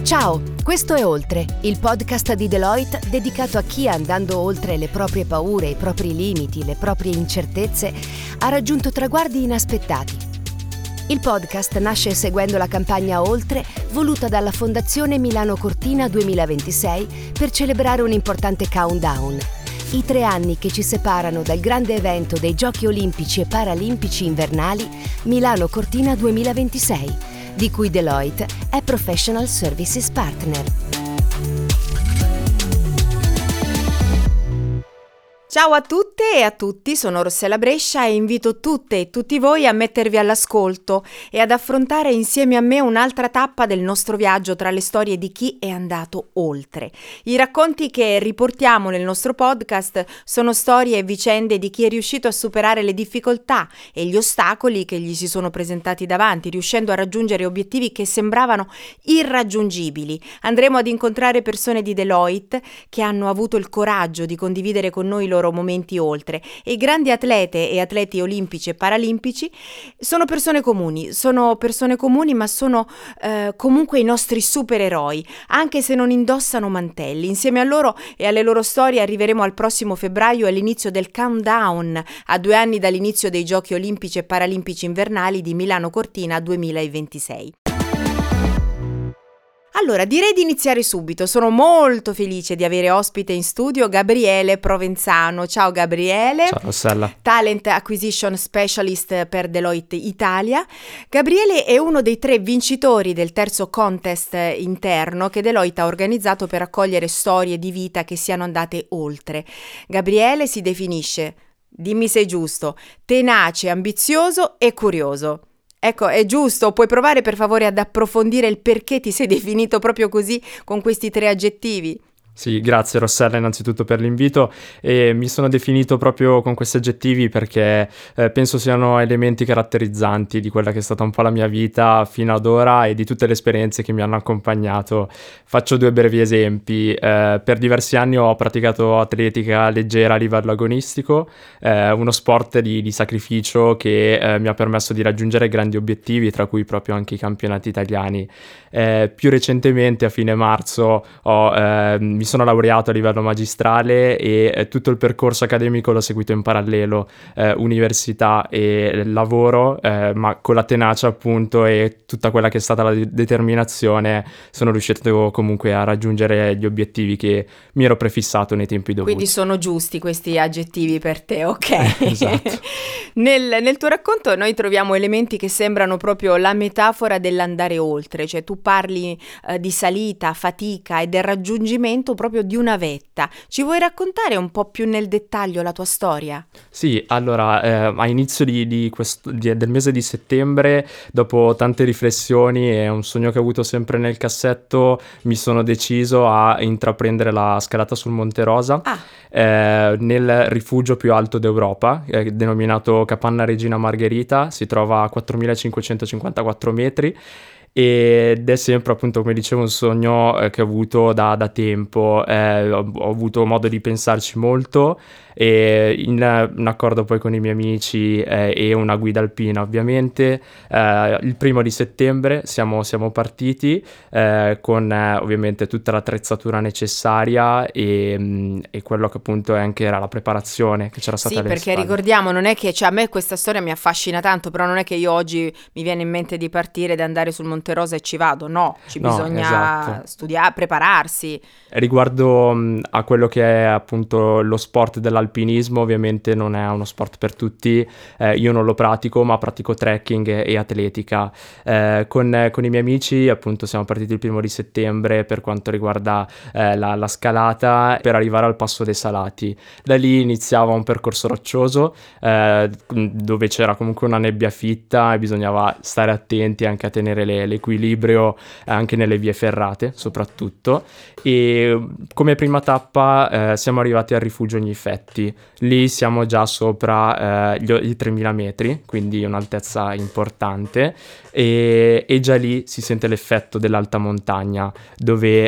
Ciao, questo è Oltre, il podcast di Deloitte dedicato a chi, andando oltre le proprie paure, i propri limiti, le proprie incertezze, ha raggiunto traguardi inaspettati. Il podcast nasce seguendo la campagna Oltre voluta dalla Fondazione Milano Cortina 2026 per celebrare un importante countdown. I 3 anni che ci separano dal grande evento dei Giochi Olimpici e Paralimpici invernali Milano Cortina 2026, di cui Deloitte è Professional Services Partner. Ciao a tutte e a tutti, sono Rossella Brescia e invito tutte e tutti voi a mettervi all'ascolto e ad affrontare insieme a me un'altra tappa del nostro viaggio tra le storie di chi è andato oltre. I racconti che riportiamo nel nostro podcast sono storie e vicende di chi è riuscito a superare le difficoltà e gli ostacoli che gli si sono presentati davanti, riuscendo a raggiungere obiettivi che sembravano irraggiungibili. Andremo ad incontrare persone di Deloitte che hanno avuto il coraggio di condividere con noi i loro momenti oltre, e i grandi atlete e atleti olimpici e paralimpici sono persone comuni ma sono comunque i nostri supereroi, anche se non indossano mantelli. Insieme a loro e alle loro storie arriveremo al prossimo febbraio, all'inizio del countdown a 2 anni dall'inizio dei Giochi Olimpici e Paralimpici invernali di Milano Cortina 2026. Allora, direi di iniziare subito. Sono molto felice di avere ospite in studio Gabriele Provenzano. Ciao Gabriele. Ciao Rossella. Talent Acquisition Specialist per Deloitte Italia. Gabriele è uno dei 3 vincitori del terzo contest interno che Deloitte ha organizzato per raccogliere storie di vita che siano andate oltre. Gabriele si definisce, dimmi se è giusto, tenace, ambizioso e curioso. Ecco, è giusto, puoi provare per favore ad approfondire il perché ti sei definito proprio così con questi 3 aggettivi? Sì, grazie Rossella innanzitutto per l'invito, e mi sono definito proprio con questi aggettivi perché penso siano elementi caratterizzanti di quella che è stata un po' la mia vita fino ad ora e di tutte le esperienze che mi hanno accompagnato. Faccio 2 brevi esempi. Per diversi anni ho praticato atletica leggera a livello agonistico, uno sport di sacrificio che mi ha permesso di raggiungere grandi obiettivi, tra cui proprio anche i campionati italiani. Più recentemente, a fine marzo, mi sono laureato a livello magistrale e tutto il percorso accademico l'ho seguito in parallelo, università e lavoro, ma con la tenacia appunto e tutta quella che è stata la determinazione sono riuscito comunque a raggiungere gli obiettivi che mi ero prefissato nei tempi dovuti. Quindi sono giusti questi aggettivi per te, ok? Esatto. Nel tuo racconto noi troviamo elementi che sembrano proprio la metafora dell'andare oltre, cioè tu parli di salita, fatica e del raggiungimento proprio di una vetta. Ci vuoi raccontare un po' più nel dettaglio la tua storia? Sì, allora a inizio del mese di settembre, dopo tante riflessioni e un sogno che ho avuto sempre nel cassetto, mi sono deciso a intraprendere la scalata sul Monte Rosa, nel rifugio più alto d'Europa, denominato Capanna Regina Margherita. Si trova a 4.554 metri. Ed è sempre, appunto, come dicevo, un sogno che ho avuto da tempo. Ho avuto modo di pensarci molto, e in accordo poi con i miei amici e una guida alpina ovviamente, il 1° settembre siamo partiti con ovviamente tutta l'attrezzatura necessaria e quello che appunto anche era la preparazione che c'era stata alle perché spalle. ricordiamo, non è che, cioè, a me questa storia mi affascina tanto, però non è che io oggi mi viene in mente di partire ed andare sul Monte Rosa e ci vado, no, bisogna esatto. studiare, prepararsi. Riguardo a quello che è appunto lo sport dell'alpinismo, ovviamente non è uno sport per tutti, io non lo pratico, ma pratico trekking e atletica. Con i miei amici appunto siamo partiti il 1° settembre per quanto riguarda la scalata, per arrivare al Passo dei Salati. Da lì iniziava un percorso roccioso dove c'era comunque una nebbia fitta e bisognava stare attenti anche a tenere l'equilibrio anche nelle vie ferrate soprattutto. E come prima tappa siamo arrivati al rifugio Gnifet, Alti. Lì siamo già sopra i 3000 metri, quindi un'altezza importante, e già lì si sente l'effetto dell'alta montagna, dove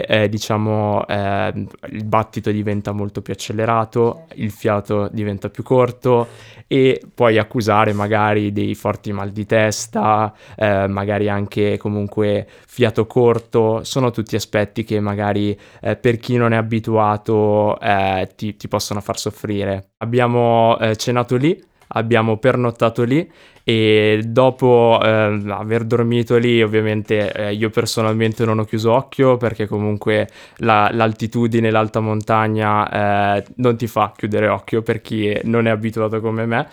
il battito diventa molto più accelerato, il fiato diventa più corto, e puoi accusare magari dei forti mal di testa, magari anche comunque fiato corto. Sono tutti aspetti che magari per chi non è abituato ti possono far soffrire. Abbiamo cenato lì, abbiamo pernottato lì, e dopo aver dormito lì, ovviamente io personalmente non ho chiuso occhio, perché comunque l'altitudine, l'alta montagna non ti fa chiudere occhio per chi non è abituato come me.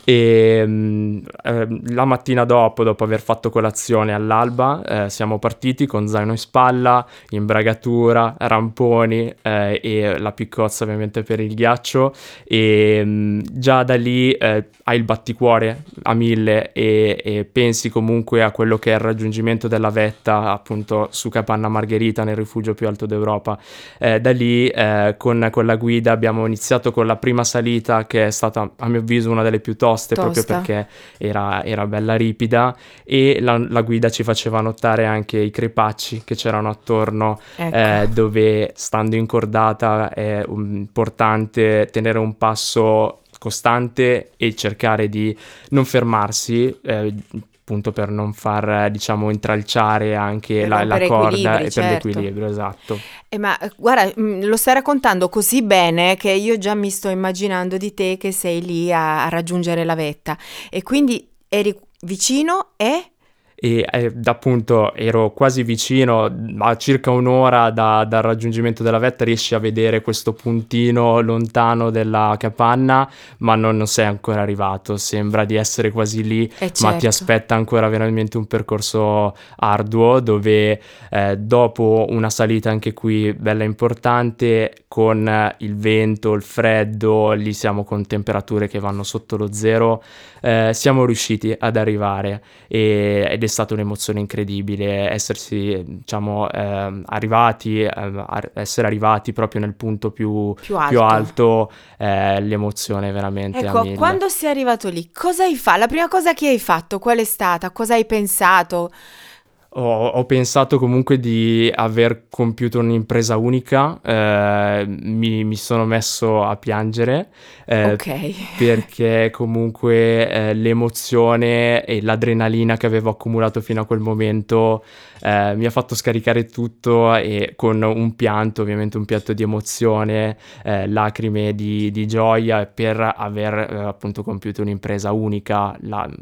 E la mattina dopo aver fatto colazione all'alba, siamo partiti con zaino in spalla, imbragatura, ramponi e la piccozza ovviamente per il ghiaccio, e già da lì hai il batticuore a 1000 e pensi comunque a quello che è il raggiungimento della vetta, appunto su Capanna Margherita, nel rifugio più alto d'Europa. Da lì con la guida abbiamo iniziato con la prima salita, che è stata a mio avviso una delle più toste. Proprio perché era bella ripida, e la guida ci faceva notare anche i crepacci che c'erano attorno, ecco. Dove stando in cordata è importante tenere un passo costante e cercare di non fermarsi, appunto per non far intralciare anche la corda e per l'equilibrio, esatto. Ma guarda, lo stai raccontando così bene che io già mi sto immaginando di te che sei lì a raggiungere la vetta, e quindi eri vicino e appunto ero quasi vicino, a circa un'ora dal raggiungimento della vetta riesci a vedere questo puntino lontano della capanna, ma non sei ancora arrivato, sembra di essere quasi lì, ma ti aspetta ancora veramente un percorso arduo, dove dopo una salita anche qui bella importante, con il vento, il freddo, lì siamo con temperature che vanno sotto lo zero, siamo riusciti ad arrivare, ed è stata un'emozione incredibile essersi arrivati, essere arrivati proprio nel punto più alto, l'emozione veramente a 1000. Quando sei arrivato lì, cosa hai fatto? La prima cosa che hai fatto qual è stata? Cosa hai pensato? Ho pensato comunque di aver compiuto un'impresa unica, mi sono messo a piangere, perché comunque l'emozione e l'adrenalina che avevo accumulato fino a quel momento mi ha fatto scaricare tutto, e con un pianto, ovviamente un pianto di emozione, lacrime di gioia per aver appunto compiuto un'impresa unica,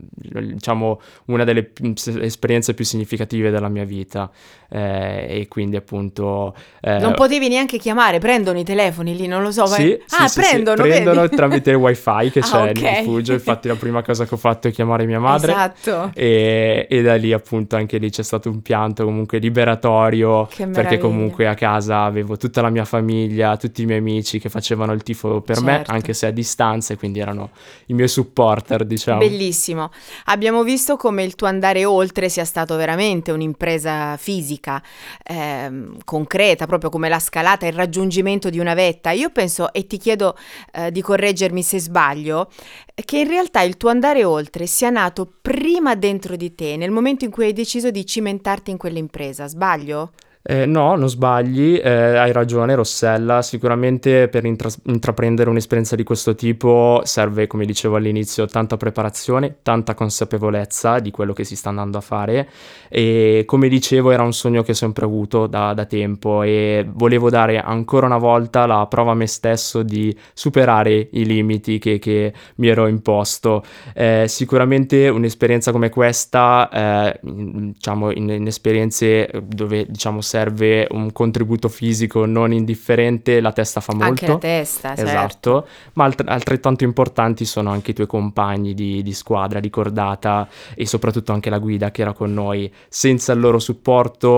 una delle esperienze più significative della mia vita, e quindi appunto non potevi neanche chiamare, prendono i telefoni lì, non lo so, prendono tramite il wifi che c'è nel rifugio. Infatti la prima cosa che ho fatto è chiamare mia madre, esatto. e da lì appunto anche lì c'è stato un pianto comunque liberatorio, perché comunque a casa avevo tutta la mia famiglia, tutti i miei amici che facevano il tifo per me, anche se a distanza, e quindi erano i miei supporter, diciamo. Bellissimo. Abbiamo visto come il tuo andare oltre sia stato veramente un'impresa fisica, concreta, proprio come la scalata, il raggiungimento di una vetta. Io penso, e ti chiedo di correggermi se sbaglio, che in realtà il tuo andare oltre sia nato prima dentro di te, nel momento in cui hai deciso di cimentarti in quell'impresa. Sbaglio? No, non sbagli, hai ragione Rossella, sicuramente per intraprendere un'esperienza di questo tipo serve, come dicevo all'inizio, tanta preparazione, tanta consapevolezza di quello che si sta andando a fare, e come dicevo era un sogno che ho sempre avuto da tempo, e volevo dare ancora una volta la prova a me stesso di superare i limiti che mi ero imposto. Sicuramente un'esperienza come questa, in esperienze dove serve un contributo fisico non indifferente, la testa fa molto. Anche la testa, esatto, ma altrettanto importanti sono anche i tuoi compagni di squadra, di cordata, e soprattutto anche la guida che era con noi. Senza il loro supporto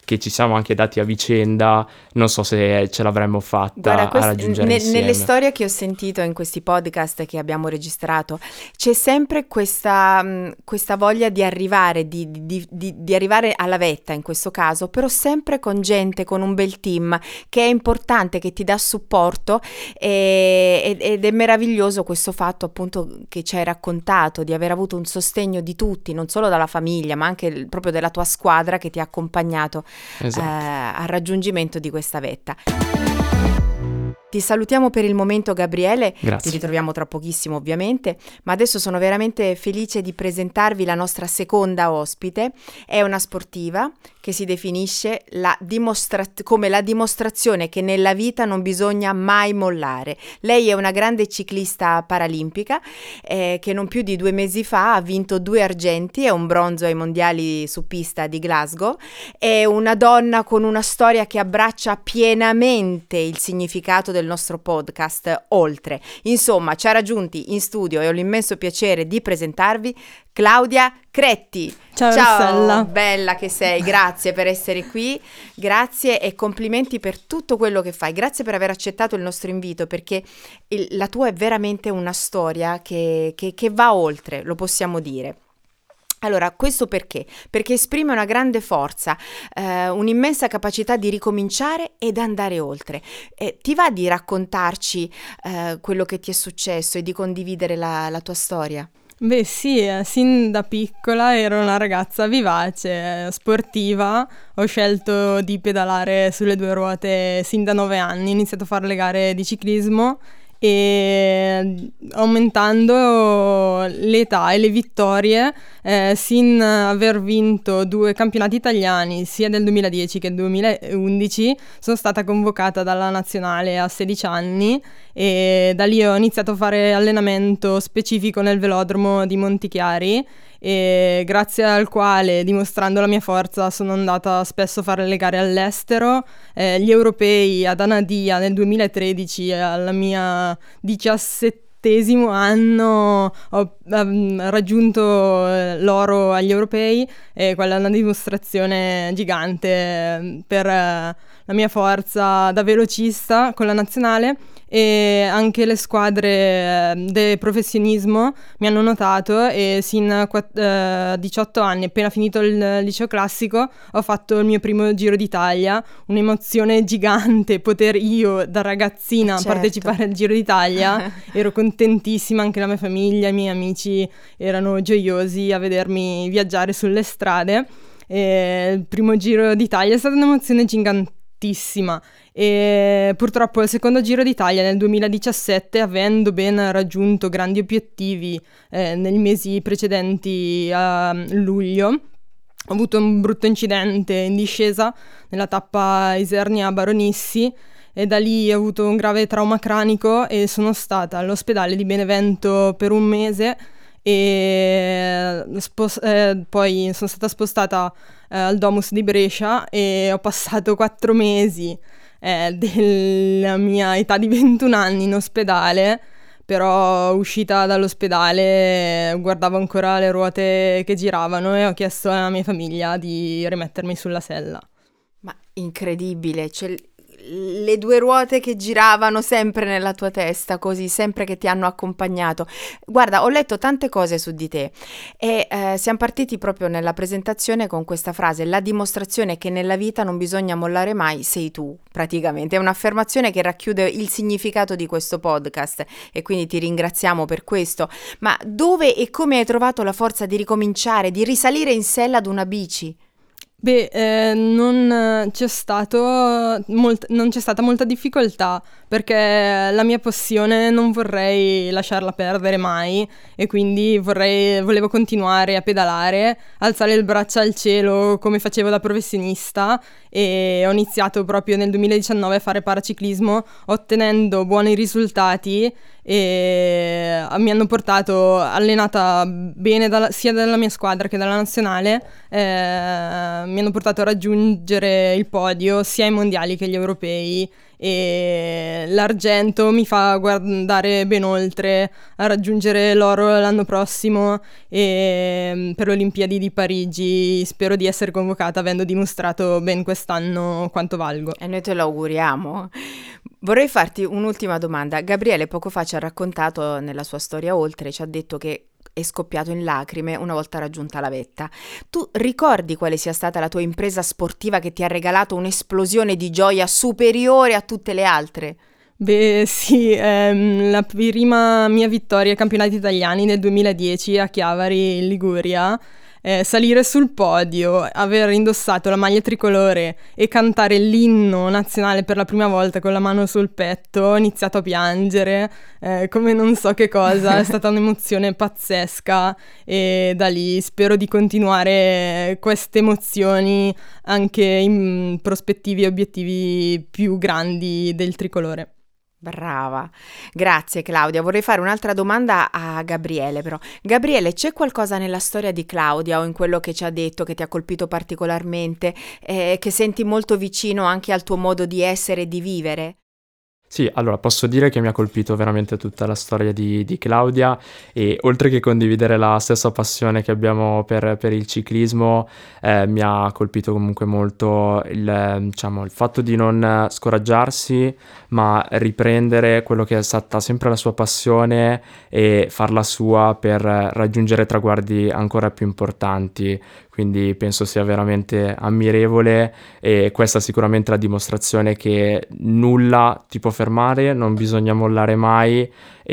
che ci siamo anche dati a vicenda, non so se ce l'avremmo fatta a raggiungere insieme. Nelle storie che ho sentito in questi podcast che abbiamo registrato c'è sempre questa voglia di arrivare, di arrivare alla vetta in questo caso, però sempre con gente, con un bel team che è importante, che ti dà supporto, ed è meraviglioso questo fatto appunto che ci hai raccontato, di aver avuto un sostegno di tutti, non solo dalla famiglia ma anche proprio della tua squadra che ti ha accompagnato al raggiungimento di questa vetta. Ti salutiamo per il momento, Gabriele. Grazie. Ti ritroviamo tra pochissimo ovviamente, ma adesso sono veramente felice di presentarvi la nostra seconda ospite. È una sportiva che si definisce come la dimostrazione che nella vita non bisogna mai mollare. Lei è una grande ciclista paralimpica che non più di 2 mesi fa ha vinto 2 argenti e un bronzo ai mondiali su pista di Glasgow. È una donna con una storia che abbraccia pienamente il significato del nostro podcast, Oltre. Insomma, ci ha raggiunti in studio e ho l'immenso piacere di presentarvi Claudia Cretti. Ciao Rossella. Bella che sei, grazie per essere qui, grazie e complimenti per tutto quello che fai, grazie per aver accettato il nostro invito, perché la tua è veramente una storia che va oltre, lo possiamo dire. Allora, questo perché? Perché esprime una grande forza, un'immensa capacità di ricominciare ed andare oltre. Ti va di raccontarci quello che ti è successo e di condividere la tua storia? Beh sì, sin da piccola ero una ragazza vivace, sportiva, ho scelto di pedalare sulle 2 ruote sin da 9 anni, ho iniziato a fare le gare di ciclismo e aumentando l'età e le vittorie, sin aver vinto 2 campionati italiani sia del 2010 che del 2011, sono stata convocata dalla nazionale a 16 anni e da lì ho iniziato a fare allenamento specifico nel velodromo di Montichiari, e grazie al quale, dimostrando la mia forza, sono andata spesso a fare le gare all'estero, gli europei ad Anadia nel 2013, alla mia 17° anno ho raggiunto l'oro agli europei, e quella è una dimostrazione gigante per la mia forza da velocista con la nazionale. E anche le squadre del professionismo mi hanno notato, e sin a 18 anni, appena finito il liceo classico, ho fatto il mio primo Giro d'Italia, un'emozione gigante poter io da ragazzina partecipare al Giro d'Italia. Ero contentissima, anche la mia famiglia, i miei amici erano gioiosi a vedermi viaggiare sulle strade, e il primo Giro d'Italia è stata un'emozione gigantissima. E purtroppo il secondo Giro d'Italia nel 2017, avendo ben raggiunto grandi obiettivi nei mesi precedenti a luglio, ho avuto un brutto incidente in discesa nella tappa Isernia-Baronissi, e da lì ho avuto un grave trauma cranico e sono stata all'ospedale di Benevento per 1 mese, e poi sono stata spostata al Domus di Brescia e ho passato 4 mesi della mia età di 21 anni in ospedale. Però uscita dall'ospedale guardavo ancora le ruote che giravano e ho chiesto alla mia famiglia di rimettermi sulla sella. Ma incredibile, cioè le 2 ruote che giravano sempre nella tua testa, così, sempre che ti hanno accompagnato. Guarda, ho letto tante cose su di te e siamo partiti proprio nella presentazione con questa frase: la dimostrazione che nella vita non bisogna mollare mai sei tu, praticamente. È un'affermazione che racchiude il significato di questo podcast e quindi ti ringraziamo per questo. Ma dove e come hai trovato la forza di ricominciare, di risalire in sella ad una bici? Beh, non c'è stata molta difficoltà, perché la mia passione non vorrei lasciarla perdere mai, e quindi volevo continuare a pedalare, alzare il braccio al cielo come facevo da professionista, e ho iniziato proprio nel 2019 a fare paraciclismo, ottenendo buoni risultati, e mi hanno portato, allenata bene sia dalla mia squadra che dalla nazionale, mi hanno portato a raggiungere il podio sia ai mondiali che agli europei, e l'argento mi fa guardare ben oltre a raggiungere l'oro l'anno prossimo, e per le Olimpiadi di Parigi spero di essere convocata, avendo dimostrato ben quest'anno quanto valgo. E noi te lo auguriamo. Vorrei farti un'ultima domanda. Gabriele poco fa ci ha raccontato nella sua storia oltre, ci ha detto che è scoppiato in lacrime una volta raggiunta la vetta. Tu ricordi quale sia stata la tua impresa sportiva che ti ha regalato un'esplosione di gioia superiore a tutte le altre? Beh sì, la prima mia vittoria ai campionati italiani nel 2010 a Chiavari in Liguria, salire sul podio, aver indossato la maglia tricolore e cantare l'inno nazionale per la prima volta con la mano sul petto, ho iniziato a piangere come non so che cosa, è stata un'emozione pazzesca, e da lì spero di continuare queste emozioni anche in prospettivi e obiettivi più grandi del tricolore. Brava, grazie Claudia. Vorrei fare un'altra domanda a Gabriele però. Gabriele, c'è qualcosa nella storia di Claudia o in quello che ci ha detto che ti ha colpito particolarmente, che senti molto vicino anche al tuo modo di essere e di vivere? Sì, allora posso dire che mi ha colpito veramente tutta la storia di Claudia, e oltre che condividere la stessa passione che abbiamo per il ciclismo, mi ha colpito comunque molto il fatto di non scoraggiarsi, ma riprendere quello che è stata sempre la sua passione e farla sua per raggiungere traguardi ancora più importanti. Quindi penso sia veramente ammirevole, e questa è sicuramente la dimostrazione che nulla ti può fermare, non bisogna mollare mai,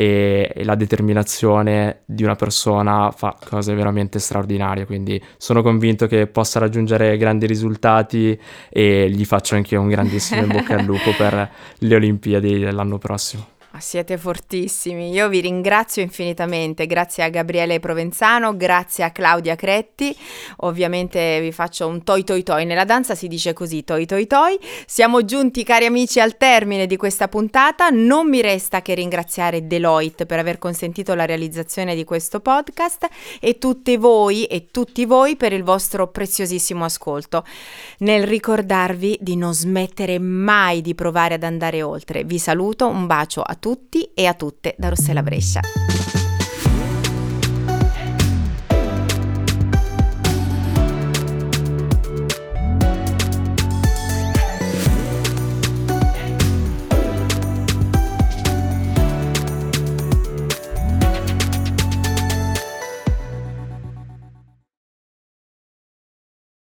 e la determinazione di una persona fa cose veramente straordinarie. Quindi sono convinto che possa raggiungere grandi risultati, e gli faccio anche un grandissimo in bocca al lupo per le Olimpiadi dell'anno prossimo. Siete fortissimi, io vi ringrazio infinitamente, grazie a Gabriele Provenzano, grazie a Claudia Cretti, ovviamente vi faccio un toi toi toi, nella danza si dice così, toi toi toi. Siamo giunti, cari amici, al termine di questa puntata, non mi resta che ringraziare Deloitte per aver consentito la realizzazione di questo podcast, e tutte voi e tutti voi per il vostro preziosissimo ascolto, nel ricordarvi di non smettere mai di provare ad andare oltre. Vi saluto, un bacio a tutti e a tutte da Rossella Brescia.